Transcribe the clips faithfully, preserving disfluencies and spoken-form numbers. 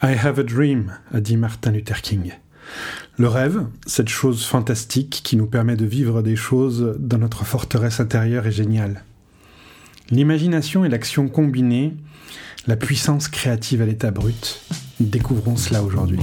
I have a dream, a dit Martin Luther King. Le rêve, cette chose fantastique qui nous permet de vivre des choses dans notre forteresse intérieure, est génial. L'imagination et l'action combinées, la puissance créative à l'état brut, découvrons cela aujourd'hui.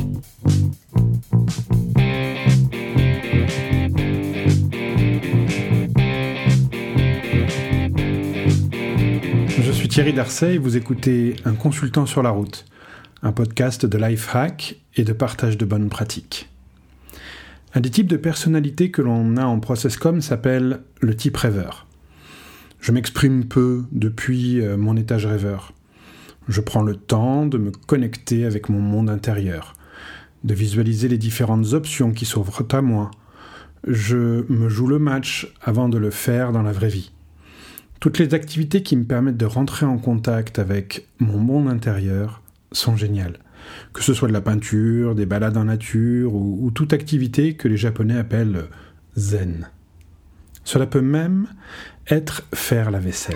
Je suis Thierry Darcet et vous écoutez Un consultant sur la route, un podcast de life hack et de partage de bonnes pratiques. Un des types de personnalités que l'on a en ProcessCom s'appelle le type rêveur. Je m'exprime peu depuis mon étage rêveur. Je prends le temps de me connecter avec mon monde intérieur, de visualiser les différentes options qui s'offrent à moi. Je me joue le match avant de le faire dans la vraie vie. Toutes les activités qui me permettent de rentrer en contact avec mon monde intérieur sont géniales. Que ce soit de la peinture, des balades en nature ou, ou toute activité que les Japonais appellent zen. Cela peut même être faire la vaisselle.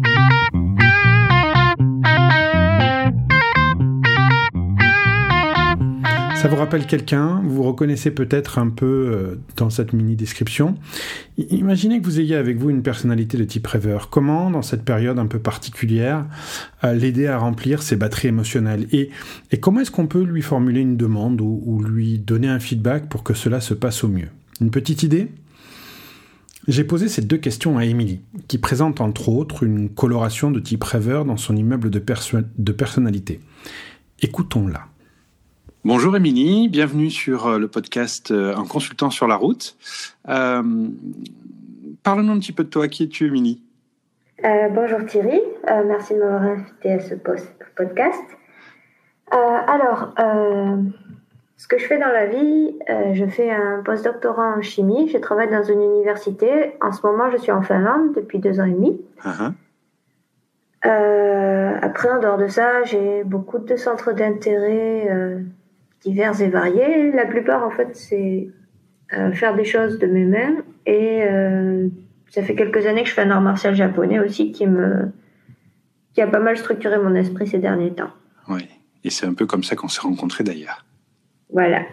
Ça vous rappelle quelqu'un, vous vous reconnaissez peut-être un peu dans cette mini-description. Imaginez que vous ayez avec vous une personnalité de type rêveur. Comment, dans cette période un peu particulière, l'aider à remplir ses batteries émotionnelles ? Et, et comment est-ce qu'on peut lui formuler une demande ou, ou lui donner un feedback pour que cela se passe au mieux ? Une petite idée ? J'ai posé ces deux questions à Émilie, qui présente entre autres une coloration de type rêveur dans son immeuble de, perso- de personnalité. Écoutons-la. Bonjour Émilie, bienvenue sur le podcast Un consultant sur la route. Euh, parle-nous un petit peu de toi. Qui es-tu, Émilie ? euh, Bonjour Thierry, euh, merci de m'avoir invité à ce post- podcast. Euh, alors, euh, ce que je fais dans la vie, euh, je fais un post-doctorat en chimie. Je travaille dans une université. En ce moment, je suis en Finlande depuis deux ans et demi. Uh-huh. Euh, après, en dehors de ça, j'ai beaucoup de centres d'intérêt euh, divers et variés. La plupart, en fait, c'est euh, faire des choses de mes mains. Et euh, ça fait quelques années que je fais un art martial japonais aussi qui me, qui a pas mal structuré mon esprit ces derniers temps. Oui, et c'est un peu comme ça qu'on s'est rencontrés d'ailleurs. Voilà.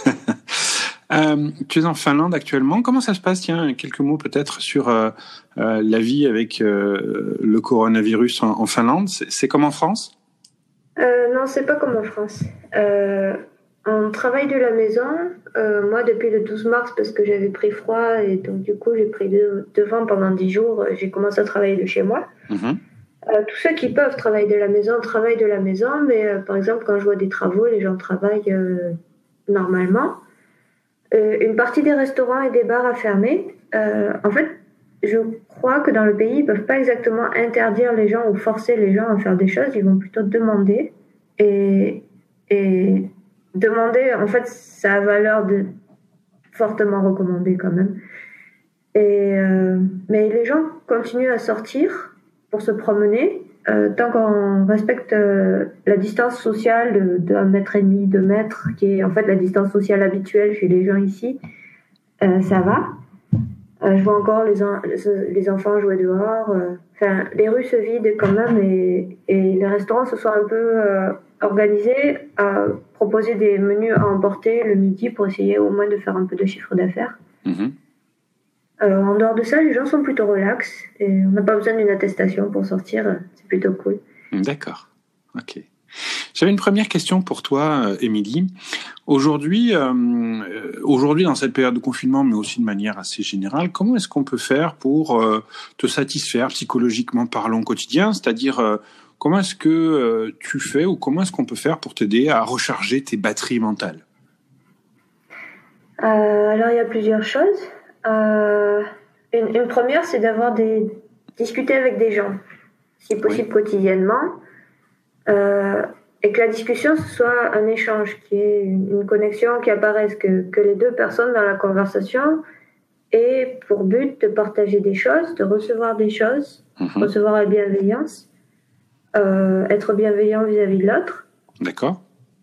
euh, tu es en Finlande actuellement. Comment ça se passe ? Tiens, quelques mots peut-être sur euh, euh, la vie avec euh, le coronavirus en, en Finlande. C'est, c'est comme en France ? euh, Non, c'est pas comme en France. Euh, on travaille de la maison. Euh, moi, depuis le douze mars, parce que j'avais pris froid et donc du coup, j'ai pris deux, deux vents pendant dix jours. J'ai commencé à travailler de chez moi. Mm-hmm. Euh, tous ceux qui peuvent travailler de la maison travaillent de la maison, mais euh, par exemple, quand je vois des travaux, les gens travaillent euh, normalement. Euh, une partie des restaurants et des bars a fermé. Euh, en fait, je crois que dans le pays, ils ne peuvent pas exactement interdire les gens ou forcer les gens à faire des choses. Ils vont plutôt demander. Et, et demander, en fait, ça a valeur de fortement recommander quand même. Et, euh, mais les gens continuent à sortir pour se promener. Euh, tant qu'on respecte euh, la distance sociale de, de un mètre et demi, deux mètres, qui est en fait la distance sociale habituelle chez les gens ici, euh, ça va. Euh, je vois encore les, en, les enfants jouer dehors. Euh, enfin, les rues se vident quand même et, et les restaurants se sont un peu euh, organisés à proposer des menus à emporter le midi pour essayer au moins de faire un peu de chiffre d'affaires. Mmh. Euh, en dehors de ça, les gens sont plutôt relax et on n'a pas besoin d'une attestation pour sortir, c'est plutôt cool. D'accord, ok. J'avais une première question pour toi, Émilie. Aujourd'hui, euh, aujourd'hui, dans cette période de confinement, mais aussi de manière assez générale, comment est-ce qu'on peut faire pour euh, te satisfaire psychologiquement parlant au quotidien ? C'est-à-dire, euh, comment est-ce que euh, tu fais ou comment est-ce qu'on peut faire pour t'aider à recharger tes batteries mentales ? euh, Alors, il y a plusieurs choses. Euh, une, une première, c'est d'avoir des discuter avec des gens, si possible oui. quotidiennement, euh, et que la discussion ce soit un échange, qui est une, une connexion qui apparaisse, que, que les deux personnes dans la conversation aient pour but de partager des choses, de recevoir des choses, mm-hmm. recevoir la bienveillance, euh, être bienveillant vis-à-vis de l'autre. D'accord.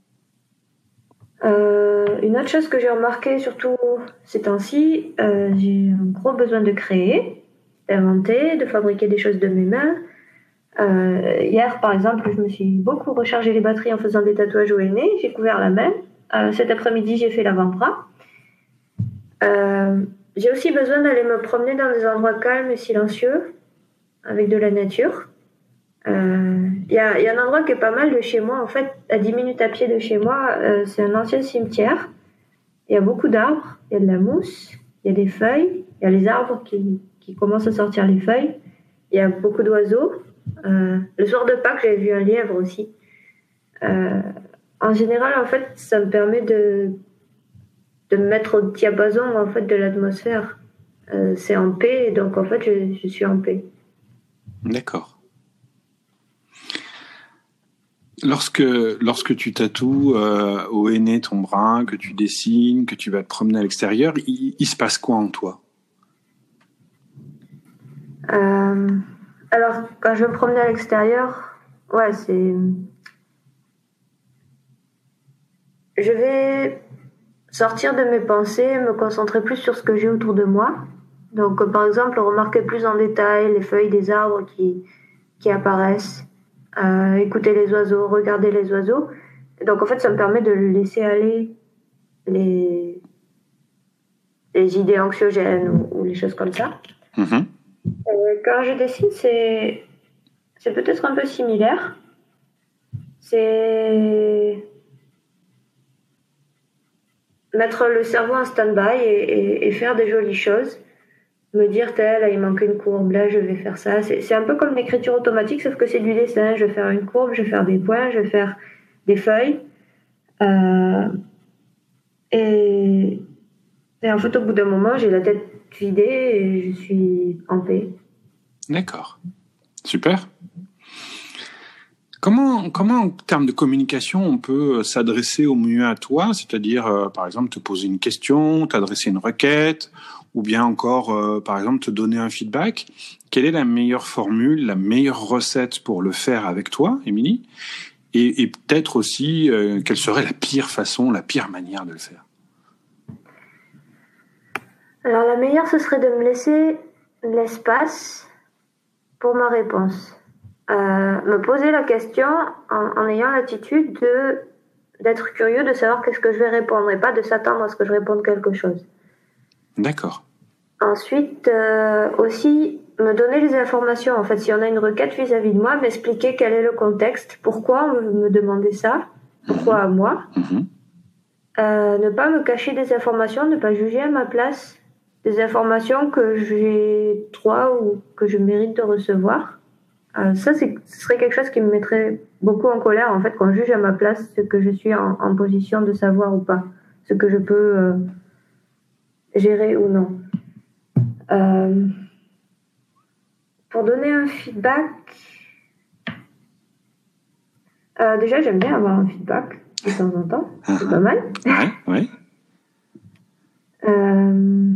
Euh, une autre chose que j'ai remarqué, surtout ces temps-ci, euh, j'ai un gros besoin de créer, d'inventer, de fabriquer des choses de mes mains. Euh, hier, par exemple, je me suis beaucoup rechargé les batteries en faisant des tatouages au henné. J'ai couvert la main. Euh, cet après-midi, j'ai fait l'avant-bras. Euh, j'ai aussi besoin d'aller me promener dans des endroits calmes et silencieux, avec de la nature. Il euh, y, a, y a un endroit qui est pas mal de chez moi. En fait, à dix minutes à pied de chez moi, euh, c'est un ancien cimetière. Il y a beaucoup d'arbres, il y a de la mousse, il y a des feuilles, il y a les arbres qui, qui commencent à sortir les feuilles. Il y a beaucoup d'oiseaux. Euh, le soir de Pâques, j'avais vu un lièvre aussi. Euh, en général, en fait, ça me permet de, de me mettre au diapason en fait, de l'atmosphère. Euh, c'est en paix, donc en fait, je, je suis en paix. D'accord. Lorsque, lorsque tu tatoues euh, au henné ton bras, que tu dessines, que tu vas te promener à l'extérieur, il, il se passe quoi en toi ? euh, Alors, quand je me promenais à l'extérieur, ouais, c'est... Je vais sortir de mes pensées, me concentrer plus sur ce que j'ai autour de moi. Donc, par exemple, remarquer plus en détail les feuilles des arbres qui, qui apparaissent. Euh, écouter les oiseaux, regarder les oiseaux. Donc en fait, ça me permet de laisser aller les, les idées anxiogènes ou, ou les choses comme ça. Mmh. Euh, quand je dessine, c'est, c'est peut-être un peu similaire. C'est mettre le cerveau en stand-by et, et, et faire des jolies choses. Me dire, là, il manque une courbe, là, je vais faire ça. C'est, c'est un peu comme l'écriture automatique, sauf que c'est du dessin. Je vais faire une courbe, je vais faire des points, je vais faire des feuilles. Euh, et, et en fait, au bout d'un moment, j'ai la tête vidée et je suis en paix. D'accord. Super. Comment, comment, en termes de communication, on peut s'adresser au mieux à toi, c'est-à-dire, euh, par exemple, te poser une question, t'adresser une requête, ou bien encore, euh, par exemple, te donner un feedback. Quelle est la meilleure formule, la meilleure recette pour le faire avec toi, Émilie ? Et, et peut-être aussi, euh, quelle serait la pire façon, la pire manière de le faire ? Alors, la meilleure, ce serait de me laisser l'espace pour ma réponse. Euh, me poser la question en, en ayant l'attitude de, d'être curieux, de savoir qu'est-ce que je vais répondre et pas de s'attendre à ce que je réponde quelque chose. D'accord. Ensuite, euh, aussi, me donner les informations. En fait, si on a une requête vis-à-vis de moi, m'expliquer quel est le contexte, pourquoi on me demander ça, pourquoi à moi. Mmh. Euh, ne pas me cacher des informations, ne pas juger à ma place des informations que j'ai droit ou que je mérite de recevoir. Euh, ça, c'est, ce serait quelque chose qui me mettrait beaucoup en colère, en fait, qu'on juge à ma place ce que je suis en, en position de savoir ou pas, ce que je peux euh, gérer ou non. Euh, pour donner un feedback, euh, déjà, j'aime bien avoir un feedback de temps en temps, c'est pas mal. Ouais, ouais. Euh,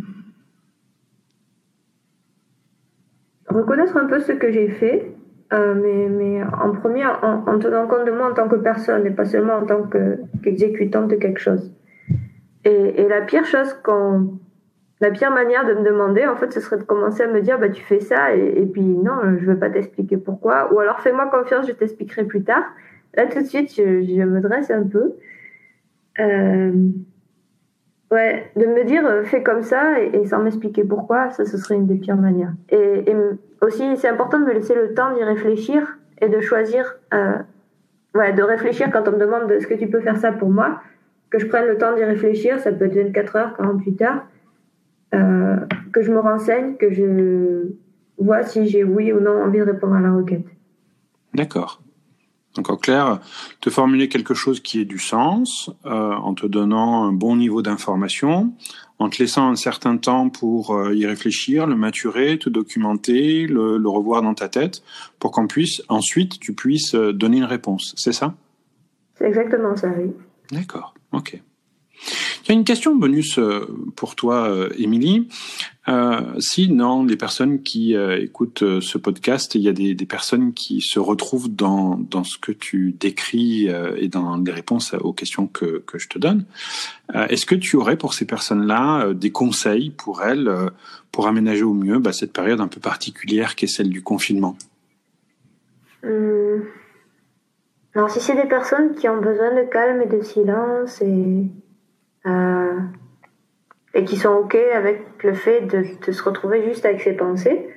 reconnaître un peu ce que j'ai fait. Euh, mais, mais en premier, en, en tenant compte de moi en tant que personne et pas seulement en tant que, qu'exécutante de quelque chose. Et, et la pire chose qu'on, la pire manière de me demander, en fait, ce serait de commencer à me dire, bah, tu fais ça, et, et puis non, je vais pas t'expliquer pourquoi, ou alors fais-moi confiance, je t'expliquerai plus tard. Là, tout de suite, je, je me dresse un peu. Euh, ouais, de me dire, fais comme ça, et, et sans m'expliquer pourquoi, ça, ce serait une des pires manières. Et, et aussi, c'est important de me laisser le temps d'y réfléchir et de choisir, euh, ouais, de réfléchir quand on me demande est-ce que tu peux faire ça pour moi, que je prenne le temps d'y réfléchir, ça peut être vingt-quatre heures, quarante-huit heures, euh, que je me renseigne, que je vois si j'ai oui ou non envie de répondre à la requête. D'accord. Donc en clair, te formuler quelque chose qui ait du sens, euh, en te donnant un bon niveau d'information, en te laissant un certain temps pour euh, y réfléchir, le maturer, te documenter, le, le revoir dans ta tête, pour qu'on puisse ensuite tu puisses donner une réponse. C'est ça ? C'est exactement ça, oui. D'accord, ok. Il y a une question bonus pour toi, Émilie. Euh, si dans les personnes qui euh, écoutent ce podcast, il y a des, des personnes qui se retrouvent dans, dans ce que tu décris euh, et dans les réponses aux questions que, que je te donne, euh, est-ce que tu aurais pour ces personnes-là euh, des conseils pour elles, euh, pour aménager au mieux bah, cette période un peu particulière qu'est celle du confinement ? Hum. Alors, si c'est des personnes qui ont besoin de calme et de silence et, euh, et qui sont OK avec le fait de, de se retrouver juste avec ses pensées,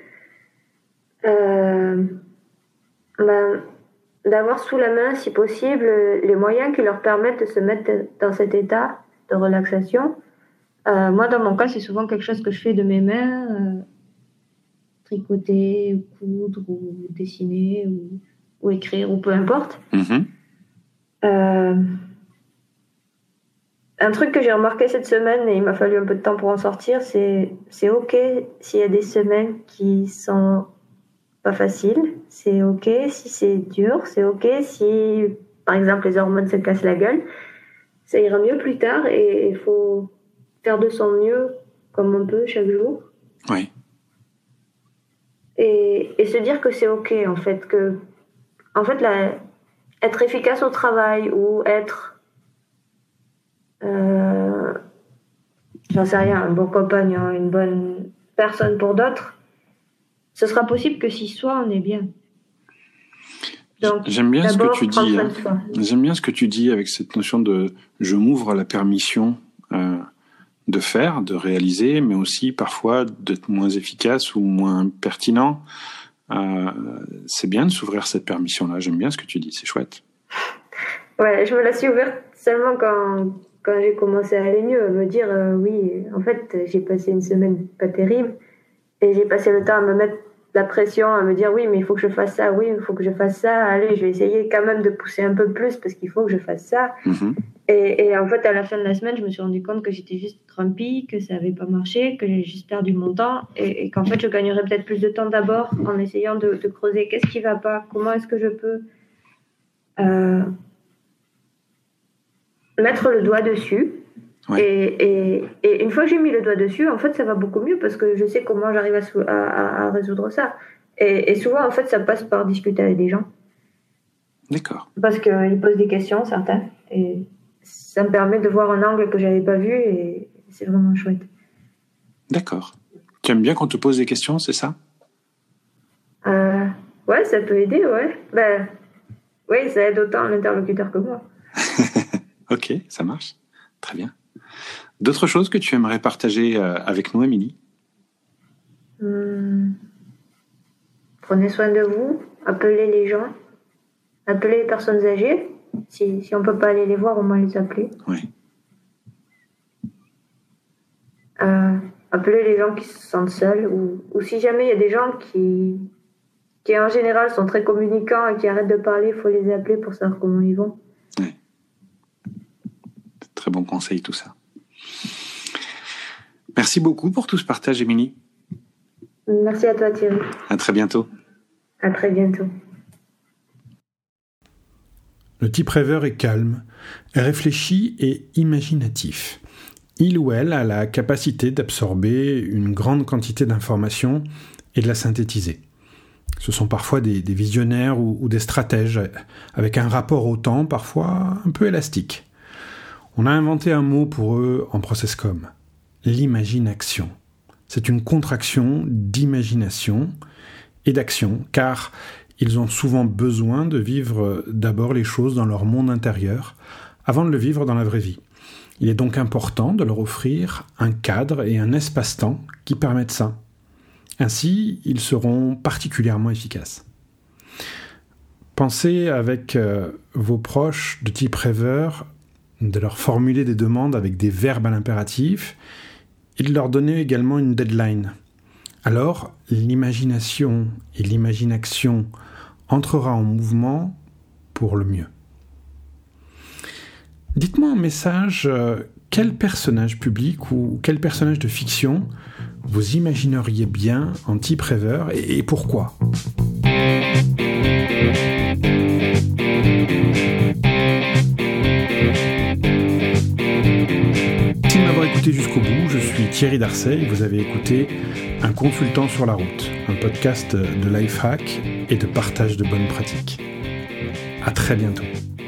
euh, ben, d'avoir sous la main, si possible, les moyens qui leur permettent de se mettre dans cet état de relaxation. Euh, moi, dans mon cas, c'est souvent quelque chose que je fais de mes mains, euh, tricoter, ou coudre, ou dessiner, ou, ou écrire, ou peu importe. Mm-hmm. Euh, un truc que j'ai remarqué cette semaine, et il m'a fallu un peu de temps pour en sortir, c'est, c'est OK s'il y a des semaines qui sont pas faciles, c'est OK si c'est dur, c'est OK si, par exemple, les hormones se cassent la gueule, ça ira mieux plus tard et il faut faire de son mieux comme on peut chaque jour. Oui. Et, et se dire que c'est OK, en fait, que, en fait, la, être efficace au travail ou être, euh, j'en sais rien, un bon compagnon, une bonne personne pour d'autres, ce sera possible que si soi on est bien. Donc, j'aime bien ce que tu dis. Hein. J'aime bien ce que tu dis avec cette notion de je m'ouvre la permission euh, de faire, de réaliser, mais aussi parfois d'être moins efficace ou moins pertinent. Euh, c'est bien de s'ouvrir cette permission-là. J'aime bien ce que tu dis. C'est chouette. Ouais, je me la suis ouverte seulement quand quand j'ai commencé à aller mieux, à me dire euh, oui, en fait, j'ai passé une semaine pas terrible et j'ai passé le temps à me mettre la pression, à me dire oui, mais il faut que je fasse ça, oui, il faut que je fasse ça, allez, je vais essayer quand même de pousser un peu plus parce qu'il faut que je fasse ça. Mm-hmm. Et, et en fait, à la fin de la semaine, je me suis rendu compte que j'étais juste grumpy, que ça n'avait pas marché, que j'ai juste perdu mon temps et, et qu'en fait, je gagnerais peut-être plus de temps d'abord en essayant de, de creuser qu'est-ce qui ne va pas, comment est-ce que je peux euh, mettre le doigt dessus. Ouais. Et, et, et une fois que j'ai mis le doigt dessus, en fait, ça va beaucoup mieux parce que je sais comment j'arrive à, sou- à, à, à résoudre ça. Et, et souvent, en fait, ça passe par discuter avec des gens. D'accord. Parce qu'ils posent des questions, certains. Et ça me permet de voir un angle que je n'avais pas vu et c'est vraiment chouette. D'accord. Tu aimes bien qu'on te pose des questions, c'est ça ? euh, Ouais, ça peut aider, ouais. Ben, oui, ça aide autant l'interlocuteur que moi. Ok, ça marche. Très bien. D'autres choses que tu aimerais partager euh, avec nous, Émilie ? hum, Prenez soin de vous, appelez les gens, appelez les personnes âgées. Si, si on ne peut pas aller les voir, au moins les appeler. Oui. Euh, appelez les gens qui se sentent seuls ou, ou si jamais il y a des gens qui, qui en général sont très communicants et qui arrêtent de parler, il faut les appeler pour savoir comment ils vont. Oui. Très bon conseil tout ça. Merci beaucoup pour tout ce partage, Émilie. Merci à toi, Thierry. À très bientôt. À très bientôt. Le type rêveur est calme, réfléchi et imaginatif. Il ou elle a la capacité d'absorber une grande quantité d'informations et de la synthétiser. Ce sont parfois des, des visionnaires ou, ou des stratèges, avec un rapport au temps parfois un peu élastique. On a inventé un mot pour eux en ProcessCom, l'imagination. C'est une contraction d'imagination et d'action, car ils ont souvent besoin de vivre d'abord les choses dans leur monde intérieur, avant de le vivre dans la vraie vie. Il est donc important de leur offrir un cadre et un espace-temps qui permettent ça. Ainsi, ils seront particulièrement efficaces. Pensez avec euh, vos proches de type rêveur de leur formuler des demandes avec des verbes à l'impératif et de leur donner également une deadline. Alors, l'imagination et l'imagination entrera en mouvement pour le mieux. Dites-moi en message euh, quel personnage public ou quel personnage de fiction vous imagineriez bien en type rêveur et, et pourquoi ? Merci de m'avoir écouté jusqu'au bout. Je suis Thierry Darcey et vous avez écouté Un consultant sur la route, un podcast de lifehack et de partage de bonnes pratiques. À très bientôt.